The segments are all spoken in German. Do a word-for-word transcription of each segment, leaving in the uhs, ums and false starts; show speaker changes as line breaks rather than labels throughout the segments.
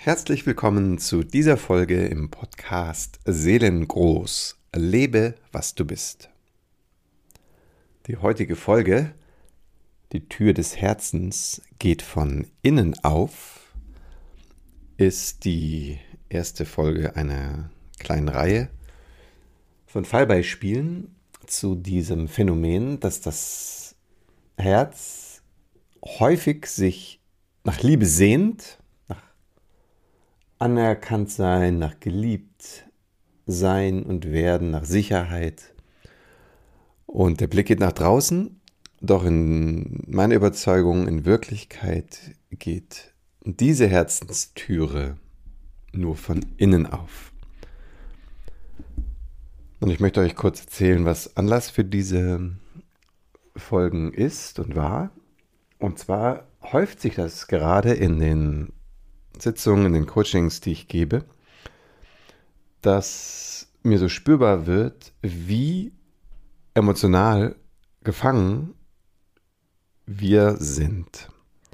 Herzlich willkommen zu dieser Folge im Podcast Seelengroß. Lebe, was du bist. Die heutige Folge, die Tür des Herzens geht von innen auf, ist die erste Folge einer kleinen Reihe von Fallbeispielen zu diesem Phänomen, dass das Herz häufig sich nach Liebe sehnt, anerkannt sein, nach geliebt sein und werden, nach Sicherheit. Und der Blick geht nach draußen, doch in meiner Überzeugung, in Wirklichkeit geht diese Herzenstüre nur von innen auf. Und ich möchte euch kurz erzählen, was Anlass für diese Folgen ist und war. Und zwar häuft sich das gerade in den Sitzungen, in den Coachings, die ich gebe, dass mir so spürbar wird, wie emotional gefangen wir sind.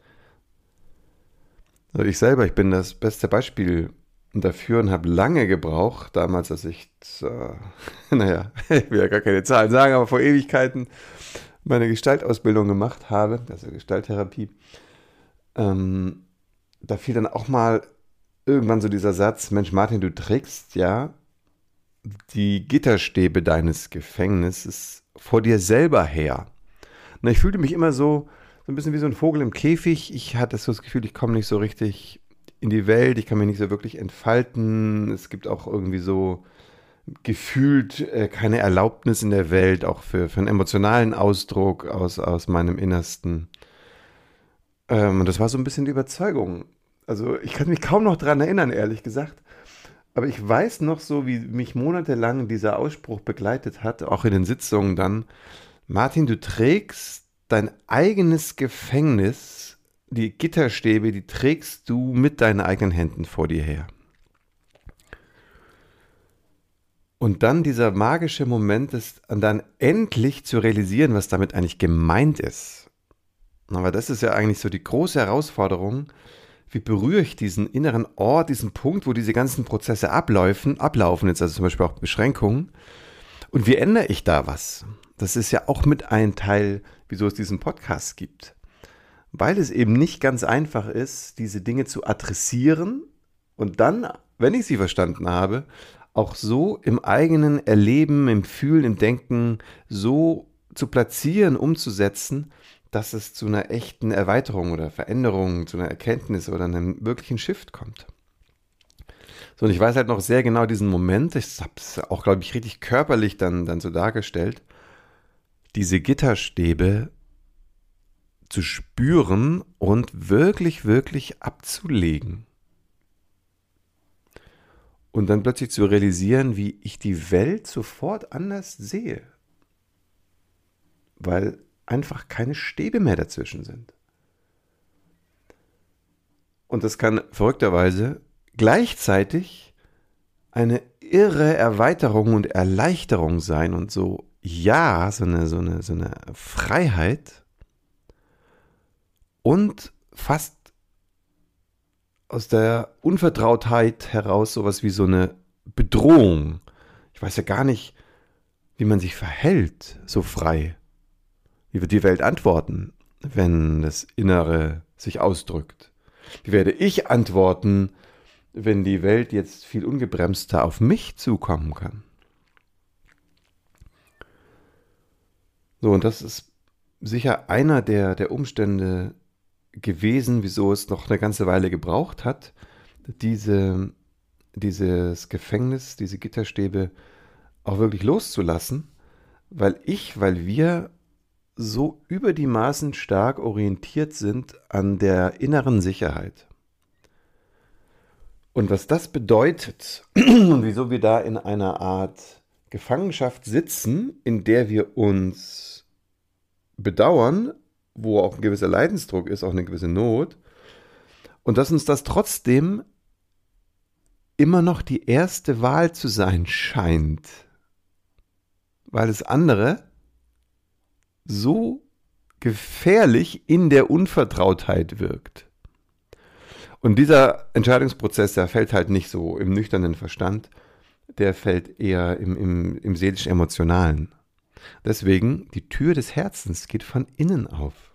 Also ich selber, ich bin das beste Beispiel dafür und habe lange gebraucht, damals, als ich, äh, naja, ich will ja gar keine Zahlen sagen, aber vor Ewigkeiten meine Gestaltausbildung gemacht habe, also Gestalttherapie, ähm, da fiel dann auch mal irgendwann so dieser Satz, Mensch Martin, du trägst ja die Gitterstäbe deines Gefängnisses vor dir selber her. Na, ich fühlte mich immer so, so ein bisschen wie so ein Vogel im Käfig. Ich hatte so das Gefühl, ich komme nicht so richtig in die Welt, ich kann mich nicht so wirklich entfalten. Es gibt auch irgendwie so gefühlt äh, keine Erlaubnis in der Welt, auch für, für einen emotionalen Ausdruck aus, aus meinem Innersten. Und das war so ein bisschen die Überzeugung. Also ich kann mich kaum noch daran erinnern, ehrlich gesagt. Aber ich weiß noch so, wie mich monatelang dieser Ausspruch begleitet hat, auch in den Sitzungen dann. Martin, du trägst dein eigenes Gefängnis, die Gitterstäbe, die trägst du mit deinen eigenen Händen vor dir her. Und dann dieser magische Moment ist, dann endlich zu realisieren, was damit eigentlich gemeint ist. Aber das ist ja eigentlich so die große Herausforderung. Wie berühre ich diesen inneren Ort, diesen Punkt, wo diese ganzen Prozesse ablaufen, ablaufen jetzt also zum Beispiel auch Beschränkungen. Und wie ändere ich da was? Das ist ja auch mit ein Teil, wieso es diesen Podcast gibt. Weil es eben nicht ganz einfach ist, diese Dinge zu adressieren und dann, wenn ich sie verstanden habe, auch so im eigenen Erleben, im Fühlen, im Denken so zu platzieren, umzusetzen, dass es zu einer echten Erweiterung oder Veränderung, zu einer Erkenntnis oder einem wirklichen Shift kommt. So, und ich weiß halt noch sehr genau diesen Moment, ich habe es auch, glaube ich, richtig körperlich dann, dann so dargestellt, diese Gitterstäbe zu spüren und wirklich, wirklich abzulegen. Und dann plötzlich zu realisieren, wie ich die Welt sofort anders sehe. Weil einfach keine Stäbe mehr dazwischen sind. Und das kann verrückterweise gleichzeitig eine irre Erweiterung und Erleichterung sein und so, ja, so eine, so eine, so eine Freiheit und fast aus der Unvertrautheit heraus sowas wie so eine Bedrohung. Ich weiß ja gar nicht, wie man sich verhält, so frei. Wie wird die Welt antworten, wenn das Innere sich ausdrückt? Wie werde ich antworten, wenn die Welt jetzt viel ungebremster auf mich zukommen kann? So, und das ist sicher einer der, der Umstände gewesen, wieso es noch eine ganze Weile gebraucht hat, diese, dieses Gefängnis, diese Gitterstäbe auch wirklich loszulassen, weil ich, weil wir so über die Maßen stark orientiert sind an der inneren Sicherheit. Und was das bedeutet und wieso wir da in einer Art Gefangenschaft sitzen, in der wir uns bedauern, wo auch ein gewisser Leidensdruck ist, auch eine gewisse Not, und dass uns das trotzdem immer noch die erste Wahl zu sein scheint, weil das andere so gefährlich in der Unvertrautheit wirkt. Und dieser Entscheidungsprozess, der fällt halt nicht so im nüchternen Verstand, der fällt eher im, im, im seelisch-emotionalen. Deswegen, die Tür des Herzens geht von innen auf.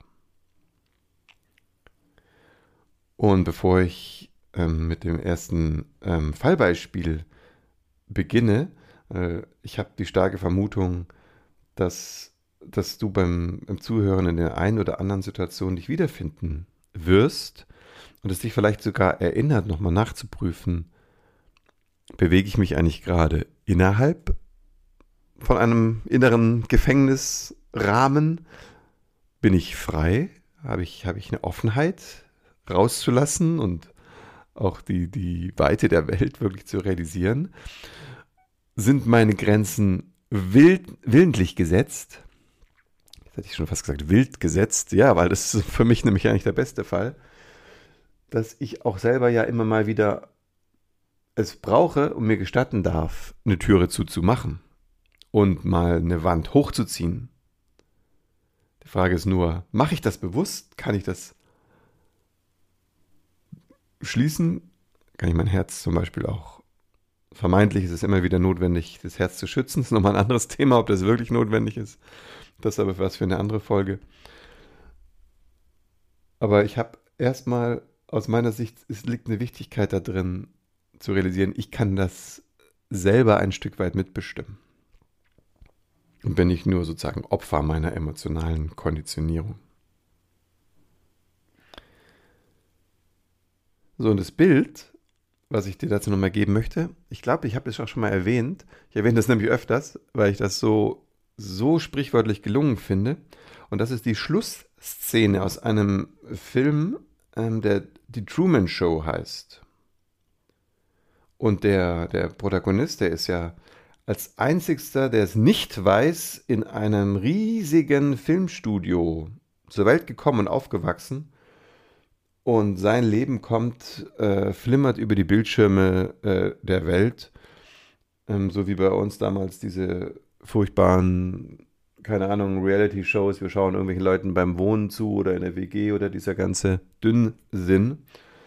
Und bevor ich ähm, mit dem ersten ähm, Fallbeispiel beginne, äh, ich habe die starke Vermutung, dass, dass du beim, beim Zuhören in der einen oder anderen Situation dich wiederfinden wirst und es dich vielleicht sogar erinnert, nochmal nachzuprüfen, bewege ich mich eigentlich gerade innerhalb von einem inneren Gefängnisrahmen? Bin ich frei? Habe ich, habe ich eine Offenheit rauszulassen und auch die, die Weite der Welt wirklich zu realisieren? Sind meine Grenzen wild, willentlich gesetzt? Jetzt hätte ich schon fast gesagt, wild gesetzt. Ja, weil das ist für mich nämlich eigentlich der beste Fall, dass ich auch selber ja immer mal wieder es brauche und mir gestatten darf, eine Türe zuzumachen und mal eine Wand hochzuziehen. Die Frage ist nur, mache ich das bewusst? Kann ich das schließen? Kann ich mein Herz zum Beispiel auch, vermeintlich ist es immer wieder notwendig, das Herz zu schützen. Das ist nochmal ein anderes Thema, ob das wirklich notwendig ist. Das ist aber was für eine andere Folge. Aber ich habe erstmal, aus meiner Sicht, es liegt eine Wichtigkeit da drin, zu realisieren, ich kann das selber ein Stück weit mitbestimmen. Und bin nicht nur sozusagen Opfer meiner emotionalen Konditionierung. So, und das Bild, was ich dir dazu nochmal geben möchte, ich glaube, ich habe es auch schon mal erwähnt. Ich erwähne das nämlich öfters, weil ich das so, so sprichwörtlich gelungen finde. Und das ist die Schlussszene aus einem Film, ähm, der die Truman Show heißt. Und der, der Protagonist, der ist ja als einzigster, der es nicht weiß, in einem riesigen Filmstudio zur Welt gekommen und aufgewachsen. Und sein Leben kommt, äh, flimmert über die Bildschirme äh, der Welt. Ähm, so wie bei uns damals diese furchtbaren, keine Ahnung, Reality-Shows. Wir schauen irgendwelchen Leuten beim Wohnen zu oder in der W G oder dieser ganze Dünnsinn.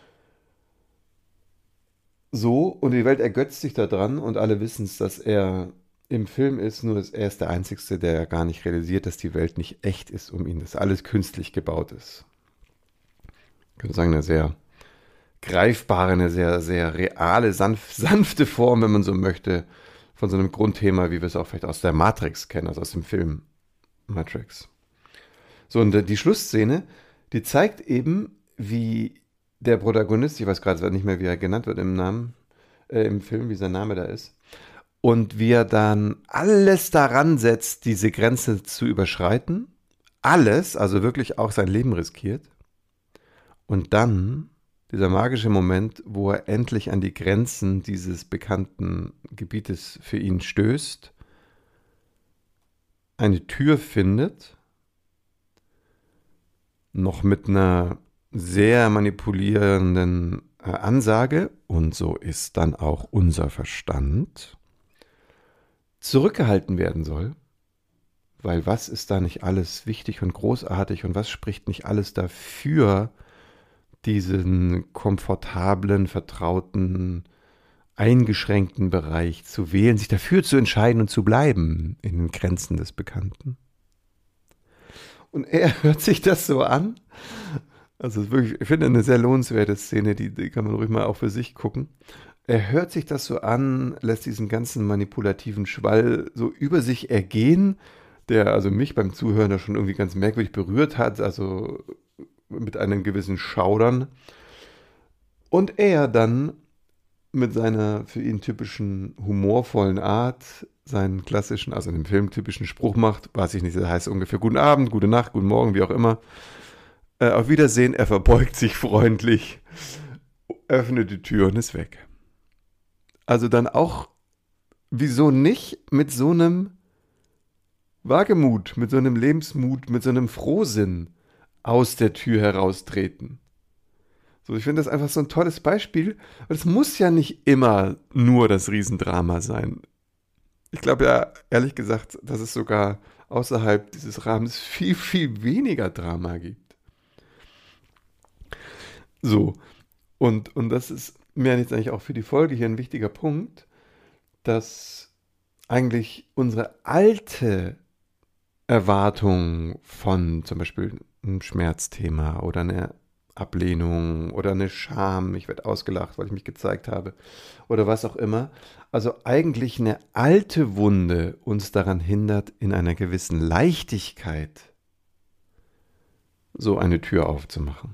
So, und die Welt ergötzt sich daran und alle wissen es, dass er im Film ist, nur ist er ist der Einzige, der gar nicht realisiert, dass die Welt nicht echt ist um ihn, dass alles künstlich gebaut ist. Ich könnte sagen, eine sehr greifbare, eine sehr, sehr reale, sanf sanfte Form, wenn man so möchte, von so einem Grundthema, wie wir es auch vielleicht aus der Matrix kennen, also aus dem Film Matrix. So, und die Schlussszene, die zeigt eben, wie der Protagonist, ich weiß gerade nicht mehr, wie er genannt wird im Namen, äh, im Film, wie sein Name da ist, und wie er dann alles daran setzt, diese Grenze zu überschreiten, alles, also wirklich auch sein Leben riskiert, und dann dieser magische Moment, wo er endlich an die Grenzen dieses bekannten Gebietes für ihn stößt, eine Tür findet, noch mit einer sehr manipulierenden äh, Ansage, und so ist dann auch unser Verstand, zurückgehalten werden soll, weil was ist da nicht alles wichtig und großartig und was spricht nicht alles dafür, diesen komfortablen, vertrauten, eingeschränkten Bereich zu wählen, sich dafür zu entscheiden und zu bleiben in den Grenzen des Bekannten. Und er hört sich das so an. Also wirklich, ich finde eine sehr lohnenswerte Szene, die, die kann man ruhig mal auch für sich gucken. Er hört sich das so an, lässt diesen ganzen manipulativen Schwall so über sich ergehen, der also mich beim Zuhören da schon irgendwie ganz merkwürdig berührt hat, also mit einem gewissen Schaudern. Und er dann mit seiner für ihn typischen humorvollen Art seinen klassischen, also in dem Film typischen Spruch macht, weiß ich nicht, das heißt ungefähr guten Abend, gute Nacht, guten Morgen, wie auch immer. Äh, auf Wiedersehen, er verbeugt sich freundlich, öffnet die Tür und ist weg. Also dann auch, wieso nicht mit so einem Wagemut, mit so einem Lebensmut, mit so einem Frohsinn aus der Tür heraustreten. So, ich finde das einfach so ein tolles Beispiel. Und es muss ja nicht immer nur das Riesendrama sein. Ich glaube ja, ehrlich gesagt, dass es sogar außerhalb dieses Rahmens viel, viel weniger Drama gibt. So, Und, und das ist mir jetzt eigentlich auch für die Folge hier ein wichtiger Punkt, dass eigentlich unsere alte Erwartung von zum Beispiel einem Schmerzthema oder einer Ablehnung oder eine Scham, ich werde ausgelacht, weil ich mich gezeigt habe oder was auch immer. Also eigentlich eine alte Wunde uns daran hindert, in einer gewissen Leichtigkeit so eine Tür aufzumachen.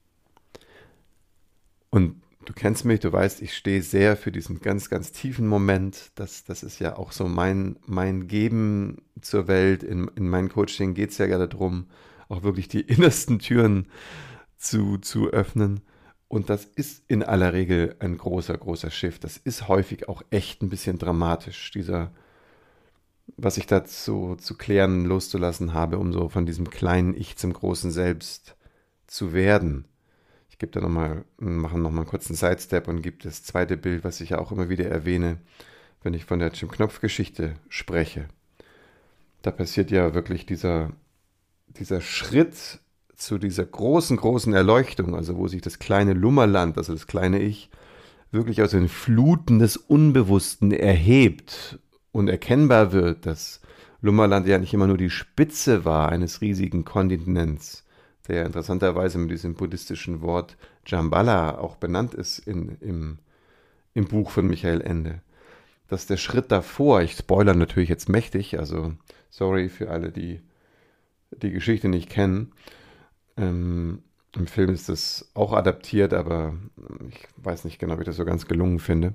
Und du kennst mich, du weißt, ich stehe sehr für diesen ganz, ganz tiefen Moment. Das, das ist ja auch so mein, mein Geben zur Welt. In, in meinem Coaching geht es ja gerade darum, auch wirklich die innersten Türen zu, zu öffnen. Und das ist in aller Regel ein großer, großer Shift. Das ist häufig auch echt ein bisschen dramatisch, dieser, was ich dazu zu klären, loszulassen habe, um so von diesem kleinen Ich zum großen Selbst zu werden. Ich gebe da nochmal, mache nochmal einen kurzen Sidestep und gebe das zweite Bild, was ich ja auch immer wieder erwähne, wenn ich von der Jim Knopf-Geschichte spreche. Da passiert ja wirklich dieser, dieser Schritt zu dieser großen, großen Erleuchtung, also wo sich das kleine Lummerland, also das kleine Ich, wirklich aus den Fluten des Unbewussten erhebt und erkennbar wird, dass Lummerland ja nicht immer nur die Spitze war eines riesigen Kontinents, der ja interessanterweise mit diesem buddhistischen Wort Shambhala auch benannt ist in, im, im Buch von Michael Ende. Dass der Schritt davor, ich spoilere natürlich jetzt mächtig, also sorry für alle, die die Geschichte nicht kennen. Ähm, Im Film ist das auch adaptiert, aber ich weiß nicht genau, wie ich das so ganz gelungen finde.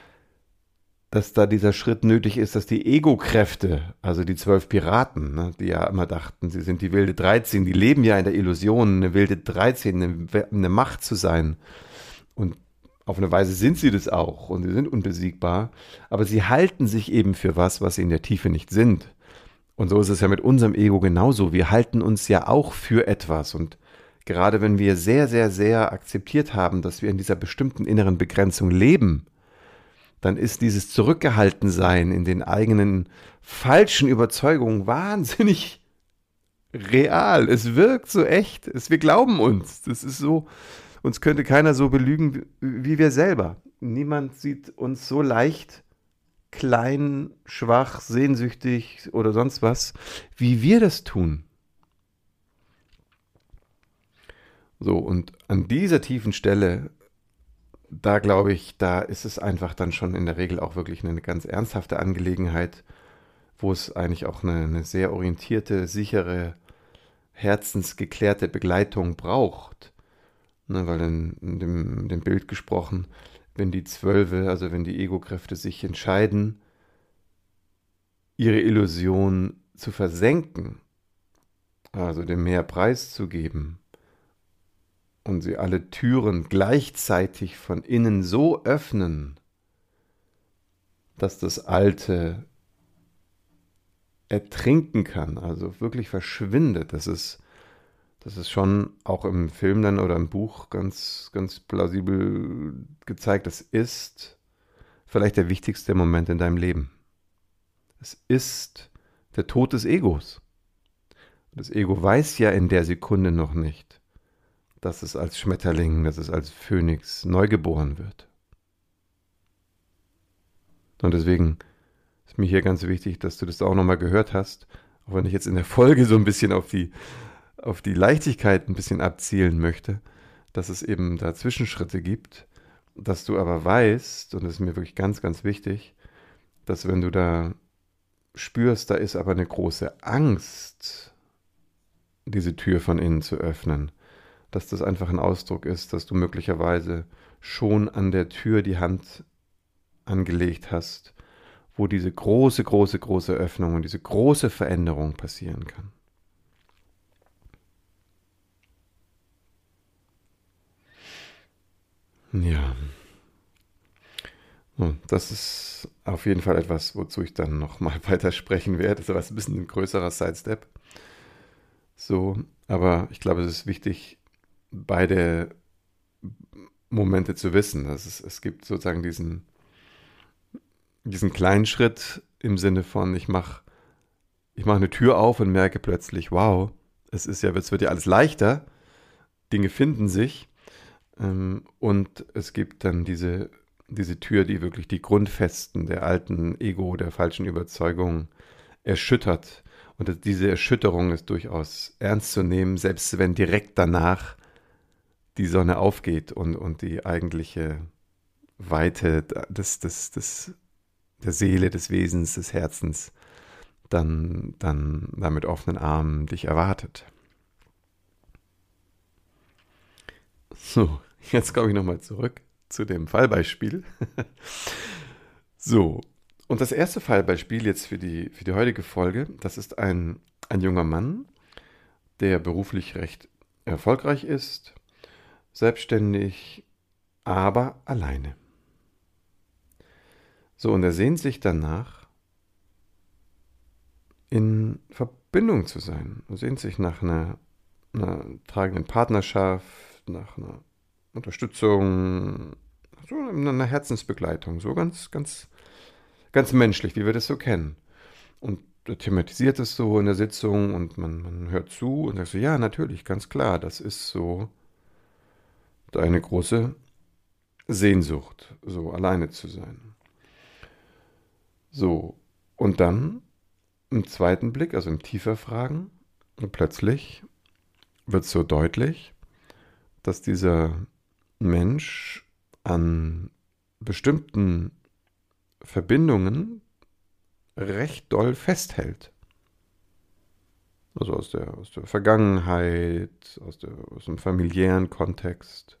Dass da dieser Schritt nötig ist, dass die Ego-Kräfte, also die zwölf Piraten, ne, die ja immer dachten, sie sind die wilde dreizehn, die leben ja in der Illusion, eine wilde dreizehn, eine, eine Macht zu sein. Und auf eine Weise sind sie das auch und sie sind unbesiegbar, aber sie halten sich eben für was, was sie in der Tiefe nicht sind. Und so ist es ja mit unserem Ego genauso. Wir halten uns ja auch für etwas. Und gerade wenn wir sehr, sehr, sehr akzeptiert haben, dass wir in dieser bestimmten inneren Begrenzung leben, dann ist dieses Zurückgehaltensein in den eigenen falschen Überzeugungen wahnsinnig real. Es wirkt so echt. Es, wir glauben uns. Das ist so, uns könnte keiner so belügen wie wir selber. Niemand sieht uns so leicht klein, schwach, sehnsüchtig oder sonst was, wie wir das tun. So, und an dieser tiefen Stelle, da glaube ich, da ist es einfach dann schon in der Regel auch wirklich eine ganz ernsthafte Angelegenheit, wo es eigentlich auch eine, eine sehr orientierte, sichere, herzensgeklärte Begleitung braucht. Ne, weil in, in, dem, in dem Bild gesprochen, wenn die Zwölfe, also wenn die Ego-Kräfte sich entscheiden, ihre Illusion zu versenken, also dem Meer preiszugeben und sie alle Türen gleichzeitig von innen so öffnen, dass das Alte ertrinken kann, also wirklich verschwindet. Das ist, das ist schon auch im Film dann oder im Buch ganz, ganz plausibel gezeigt. Das ist vielleicht der wichtigste Moment in deinem Leben. Es ist der Tod des Egos. Das Ego weiß ja in der Sekunde noch nicht, dass es als Schmetterling, dass es als Phönix neugeboren wird. Und deswegen ist mir hier ganz wichtig, dass du das auch nochmal gehört hast, auch wenn ich jetzt in der Folge so ein bisschen auf die, auf die Leichtigkeit ein bisschen abzielen möchte, dass es eben da Zwischenschritte gibt, dass du aber weißt, und das ist mir wirklich ganz, ganz wichtig, dass wenn du da spürst, da ist aber eine große Angst, diese Tür von innen zu öffnen, dass das einfach ein Ausdruck ist, dass du möglicherweise schon an der Tür die Hand angelegt hast, wo diese große, große, große Öffnung und diese große Veränderung passieren kann. Ja, das ist auf jeden Fall etwas, wozu ich dann nochmal weiter sprechen werde. Das ist aber ein bisschen ein größerer Sidestep. So, aber ich glaube, es ist wichtig, beide Momente zu wissen. Dass es, es gibt sozusagen diesen, diesen kleinen Schritt im Sinne von, ich mache ich mach eine Tür auf und merke plötzlich, wow, es ist ja, es wird ja alles leichter, Dinge finden sich. Ähm, und es gibt dann diese, diese Tür, die wirklich die Grundfesten der alten Ego, der falschen Überzeugung erschüttert. Und das- diese Erschütterung ist durchaus ernst zu nehmen, selbst wenn direkt danach die Sonne aufgeht und, und die eigentliche Weite des, des, des, der Seele, des Wesens, des Herzens dann, dann da mit offenen Armen dich erwartet. So, jetzt komme ich nochmal zurück zu dem Fallbeispiel. So, und das erste Fallbeispiel jetzt für die, für die heutige Folge, das ist ein, ein junger Mann, der beruflich recht erfolgreich ist, selbstständig, aber alleine. So, und er sehnt sich danach, in Verbindung zu sein. Er sehnt sich nach einer, einer tragenden Partnerschaft, nach einer Unterstützung, so einer Herzensbegleitung, so ganz, ganz, ganz menschlich, wie wir das so kennen. Und er thematisiert es so in der Sitzung und man, man hört zu und sagt so, ja, natürlich, ganz klar, das ist so deine große Sehnsucht, so alleine zu sein. So, und dann im zweiten Blick, also im tiefer Fragen, plötzlich wird es so deutlich, dass dieser Mensch an bestimmten Verbindungen recht doll festhält. Also aus der, aus der Vergangenheit, aus, der, aus dem familiären Kontext.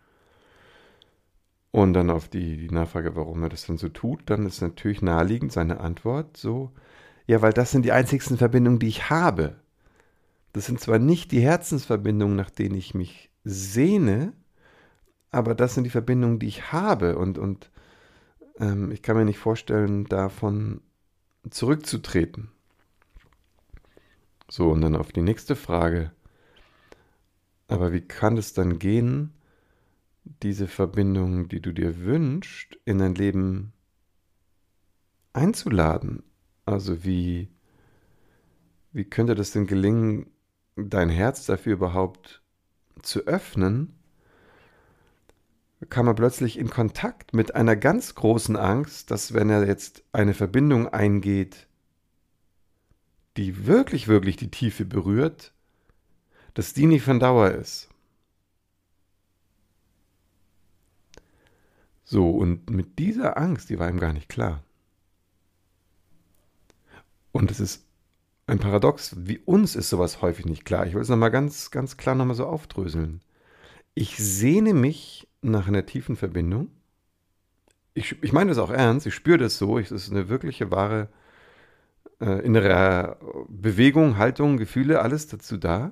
Und dann auf die, die Nachfrage, warum er das dann so tut, dann ist natürlich naheliegend seine Antwort so, ja, weil das sind die einzigsten Verbindungen, die ich habe. Das sind zwar nicht die Herzensverbindungen, nach denen ich mich sehne, aber das sind die Verbindungen, die ich habe. Und, und ähm, ich kann mir nicht vorstellen, davon zurückzutreten. So, und dann auf die nächste Frage. Aber wie kann es dann gehen, diese Verbindung, die du dir wünschst, in dein Leben einzuladen? Also wie, wie könnte das denn gelingen, dein Herz dafür überhaupt zu öffnen? Kam er plötzlich in Kontakt mit einer ganz großen Angst, dass wenn er jetzt eine Verbindung eingeht, die wirklich, wirklich die Tiefe berührt, dass die nicht von Dauer ist. So, und mit dieser Angst, die war ihm gar nicht klar. Und es ist ein Paradox, wie uns ist sowas häufig nicht klar. Ich will es nochmal ganz, ganz klar nochmal so aufdröseln. Ich sehne mich nach einer tiefen Verbindung. Ich, ich meine das auch ernst, ich spüre das so. Es ist eine wirkliche, wahre äh, innere Bewegung, Haltung, Gefühle, alles dazu da.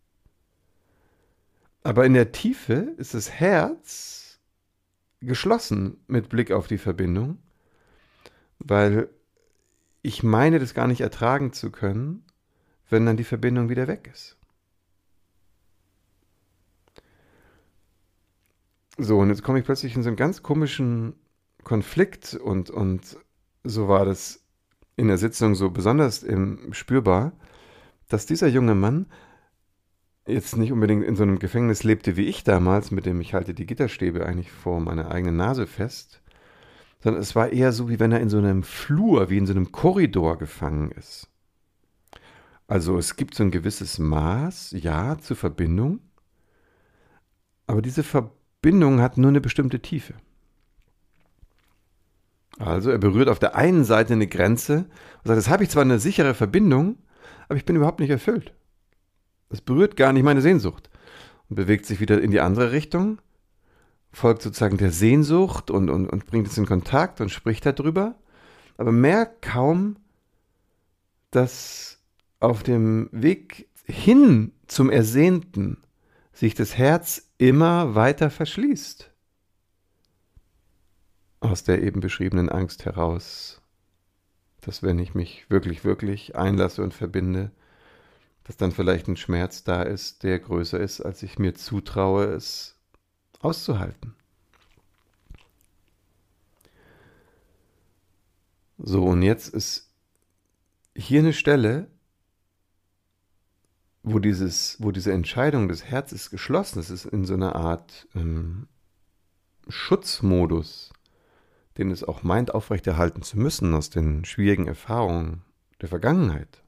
Aber in der Tiefe ist das Herz geschlossen mit Blick auf die Verbindung, weil ich meine, das gar nicht ertragen zu können, wenn dann die Verbindung wieder weg ist. So, und jetzt komme ich plötzlich in so einen ganz komischen Konflikt und, und so war das in der Sitzung so besonders im, spürbar, dass dieser junge Mann jetzt nicht unbedingt in so einem Gefängnis lebte wie ich damals, mit dem ich halte die Gitterstäbe eigentlich vor meiner eigenen Nase fest, sondern es war eher so, wie wenn er in so einem Flur, wie in so einem Korridor gefangen ist. Also es gibt so ein gewisses Maß, ja, zur Verbindung, aber diese Verbindung hat nur eine bestimmte Tiefe. Also er berührt auf der einen Seite eine Grenze und sagt, jetzt habe ich zwar eine sichere Verbindung, aber ich bin überhaupt nicht erfüllt. Es berührt gar nicht meine Sehnsucht und bewegt sich wieder in die andere Richtung, folgt sozusagen der Sehnsucht und, und, und bringt es in Kontakt und spricht darüber, aber merkt kaum, dass auf dem Weg hin zum Ersehnten sich das Herz immer weiter verschließt. Aus der eben beschriebenen Angst heraus, dass wenn ich mich wirklich, wirklich einlasse und verbinde, dass dann vielleicht ein Schmerz da ist, der größer ist, als ich mir zutraue, es auszuhalten. So, und jetzt ist hier eine Stelle, wo, dieses, wo diese Entscheidung des Herzens geschlossen ist, ist in so einer Art ähm, Schutzmodus, den es auch meint, aufrechterhalten zu müssen aus den schwierigen Erfahrungen der Vergangenheit.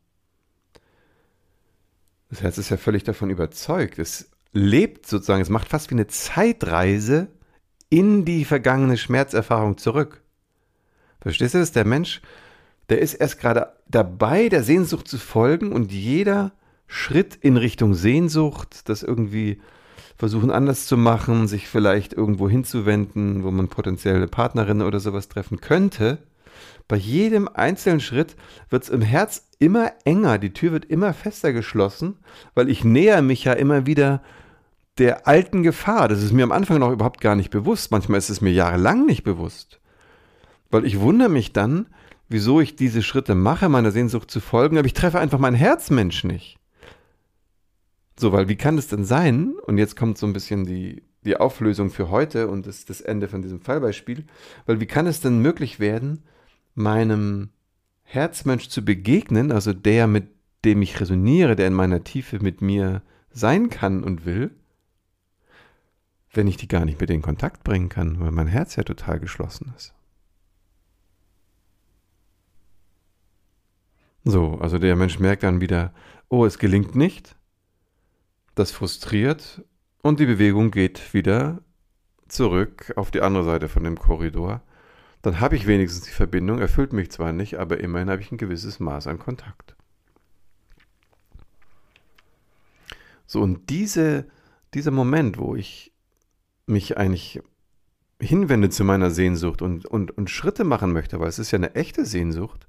Das Herz ist ja völlig davon überzeugt. Es lebt sozusagen, es macht fast wie eine Zeitreise in die vergangene Schmerzerfahrung zurück. Verstehst du das? Der Mensch, der ist erst gerade dabei, der Sehnsucht zu folgen, und jeder Schritt in Richtung Sehnsucht, das irgendwie versuchen anders zu machen, sich vielleicht irgendwo hinzuwenden, wo man potenzielle Partnerinnen oder sowas treffen könnte, bei jedem einzelnen Schritt wird es im Herz immer enger, die Tür wird immer fester geschlossen, weil ich näher mich ja immer wieder der alten Gefahr. Das ist mir am Anfang noch überhaupt gar nicht bewusst. Manchmal ist es mir jahrelang nicht bewusst. Weil ich wundere mich dann, wieso ich diese Schritte mache, meiner Sehnsucht zu folgen, aber ich treffe einfach meinen Herzmensch nicht. So, weil wie kann das denn sein? Und jetzt kommt so ein bisschen die, die Auflösung für heute und das, das Ende von diesem Fallbeispiel. Weil wie kann es denn möglich werden, meinem Herzmensch zu begegnen, also der, mit dem ich resoniere, der in meiner Tiefe mit mir sein kann und will, wenn ich die gar nicht mit in Kontakt bringen kann, weil mein Herz ja total geschlossen ist. So, also der Mensch merkt dann wieder, oh, es gelingt nicht, das frustriert und die Bewegung geht wieder zurück auf die andere Seite von dem Korridor. Dann habe ich wenigstens die Verbindung, erfüllt mich zwar nicht, aber immerhin habe ich ein gewisses Maß an Kontakt. So, und diese, dieser Moment, wo ich mich eigentlich hinwende zu meiner Sehnsucht und, und, und Schritte machen möchte, weil es ist ja eine echte Sehnsucht,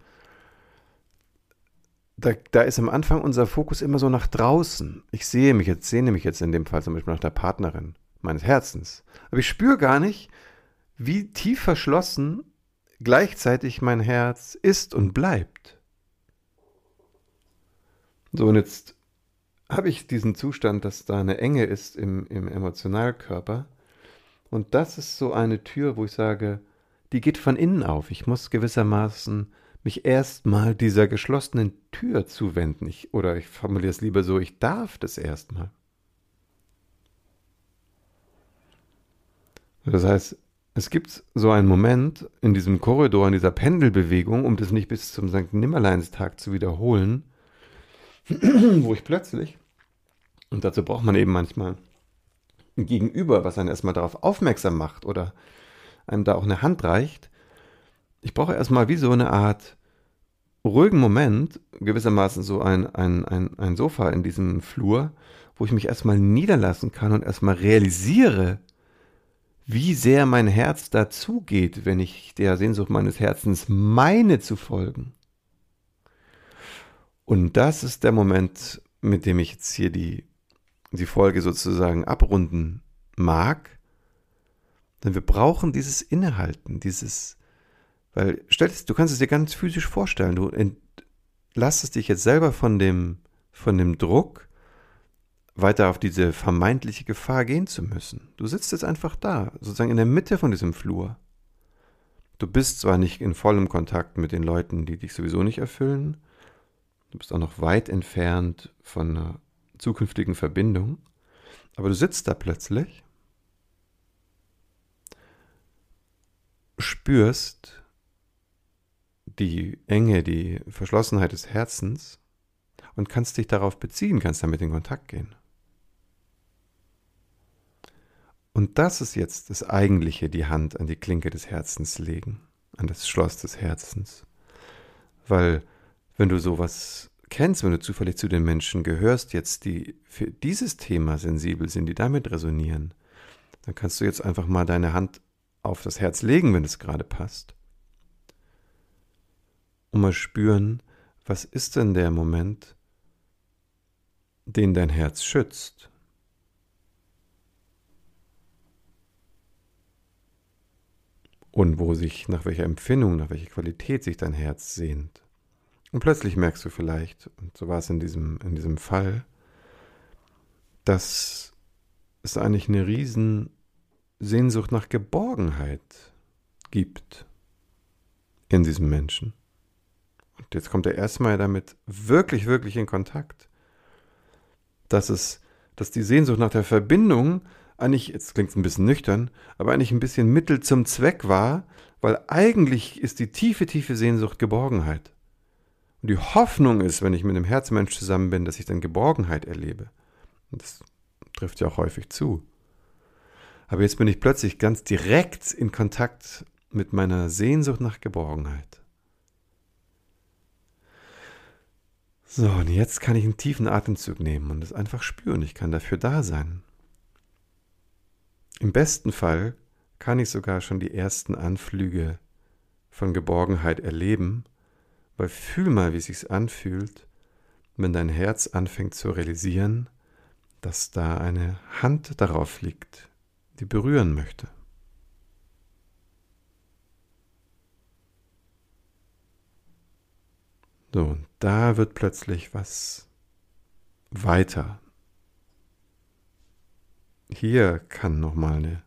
da, da ist am Anfang unser Fokus immer so nach draußen. Ich sehe mich jetzt, sehne mich jetzt in dem Fall zum Beispiel nach der Partnerin meines Herzens. Aber ich spüre gar nicht, wie tief verschlossen gleichzeitig mein Herz ist und bleibt. So, und jetzt habe ich diesen Zustand, dass da eine Enge ist im, im Emotionalkörper. Und das ist so eine Tür, wo ich sage, die geht von innen auf. Ich muss gewissermaßen mich erstmal dieser geschlossenen Tür zuwenden. Ich, oder ich formuliere es lieber so, ich darf das erstmal. Das heißt, es gibt so einen Moment in diesem Korridor, in dieser Pendelbewegung, um das nicht bis zum Sankt Nimmerleinstag zu wiederholen, wo ich plötzlich, und dazu braucht man eben manchmal ein Gegenüber, was einen erstmal darauf aufmerksam macht oder einem da auch eine Hand reicht. Ich brauche erstmal wie so eine Art ruhigen Moment, gewissermaßen so ein, ein, ein, ein Sofa in diesem Flur, wo ich mich erstmal niederlassen kann und erstmal realisiere, wie sehr mein Herz dazugeht, wenn ich der Sehnsucht meines Herzens meine zu folgen. Und das ist der Moment, mit dem ich jetzt hier die, die Folge sozusagen abrunden mag. Denn wir brauchen dieses Innehalten, dieses, weil, stell dir, du kannst es dir ganz physisch vorstellen, du entlastest dich jetzt selber von dem, von dem Druck, weiter auf diese vermeintliche Gefahr gehen zu müssen. Du sitzt jetzt einfach da, sozusagen in der Mitte von diesem Flur. Du bist zwar nicht in vollem Kontakt mit den Leuten, die dich sowieso nicht erfüllen, du bist auch noch weit entfernt von einer zukünftigen Verbindung, aber du sitzt da plötzlich, spürst die Enge, die Verschlossenheit des Herzens und kannst dich darauf beziehen, kannst damit in Kontakt gehen. Und das ist jetzt das Eigentliche, die Hand an die Klinke des Herzens legen, an das Schloss des Herzens. Weil wenn du sowas kennst, wenn du zufällig zu den Menschen gehörst, jetzt die für dieses Thema sensibel sind, die damit resonieren, dann kannst du jetzt einfach mal deine Hand auf das Herz legen, wenn es gerade passt. Und mal spüren, was ist denn der Moment, den dein Herz schützt? Und wo sich, nach welcher Empfindung, nach welcher Qualität sich dein Herz sehnt. Und plötzlich merkst du vielleicht, und so war es in diesem, in diesem Fall, dass es eigentlich eine riesen Sehnsucht nach Geborgenheit gibt in diesem Menschen. Und jetzt kommt er erstmal damit wirklich, wirklich in Kontakt. dass es, dass die Sehnsucht nach der Verbindung eigentlich, jetzt klingt es ein bisschen nüchtern, aber eigentlich ein bisschen Mittel zum Zweck war, weil eigentlich ist die tiefe, tiefe Sehnsucht Geborgenheit. Und die Hoffnung ist, wenn ich mit einem Herzmensch zusammen bin, dass ich dann Geborgenheit erlebe. Und das trifft ja auch häufig zu. Aber jetzt bin ich plötzlich ganz direkt in Kontakt mit meiner Sehnsucht nach Geborgenheit. So, und jetzt kann ich einen tiefen Atemzug nehmen und es einfach spüren. Ich kann dafür da sein. Im besten Fall kann ich sogar schon die ersten Anflüge von Geborgenheit erleben, weil fühl mal, wie es sich anfühlt, wenn dein Herz anfängt zu realisieren, dass da eine Hand darauf liegt, die berühren möchte. So, und da wird plötzlich was weiter. Hier kann nochmal eine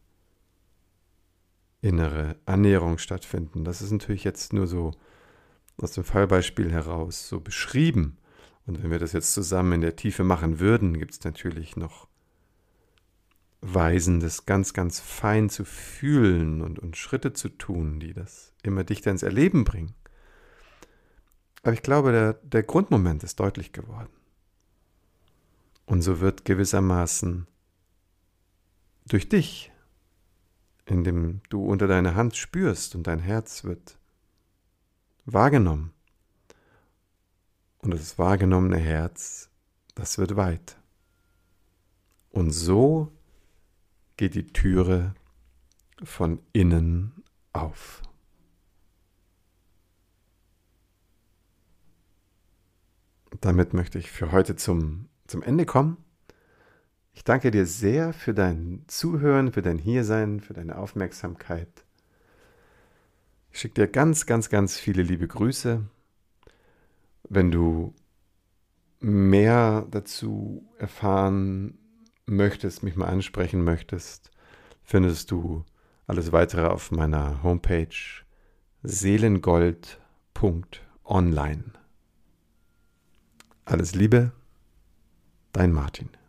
innere Annäherung stattfinden. Das ist natürlich jetzt nur so aus dem Fallbeispiel heraus so beschrieben. Und wenn wir das jetzt zusammen in der Tiefe machen würden, gibt es natürlich noch Weisen, das ganz, ganz fein zu fühlen und, und Schritte zu tun, die das immer dichter ins Erleben bringen. Aber ich glaube, der, der Grundmoment ist deutlich geworden. Und so wird gewissermaßen durch dich, indem du unter deine Hand spürst und dein Herz wird wahrgenommen. Und das wahrgenommene Herz, das wird weit. Und so geht die Türe von innen auf. Damit möchte ich für heute zum, zum Ende kommen. Ich danke dir sehr für dein Zuhören, für dein Hiersein, für deine Aufmerksamkeit. Ich schicke dir ganz, ganz, ganz viele liebe Grüße. Wenn du mehr dazu erfahren möchtest, mich mal ansprechen möchtest, findest du alles weitere auf meiner Homepage seelengold punkt online. Alles Liebe, dein Martin.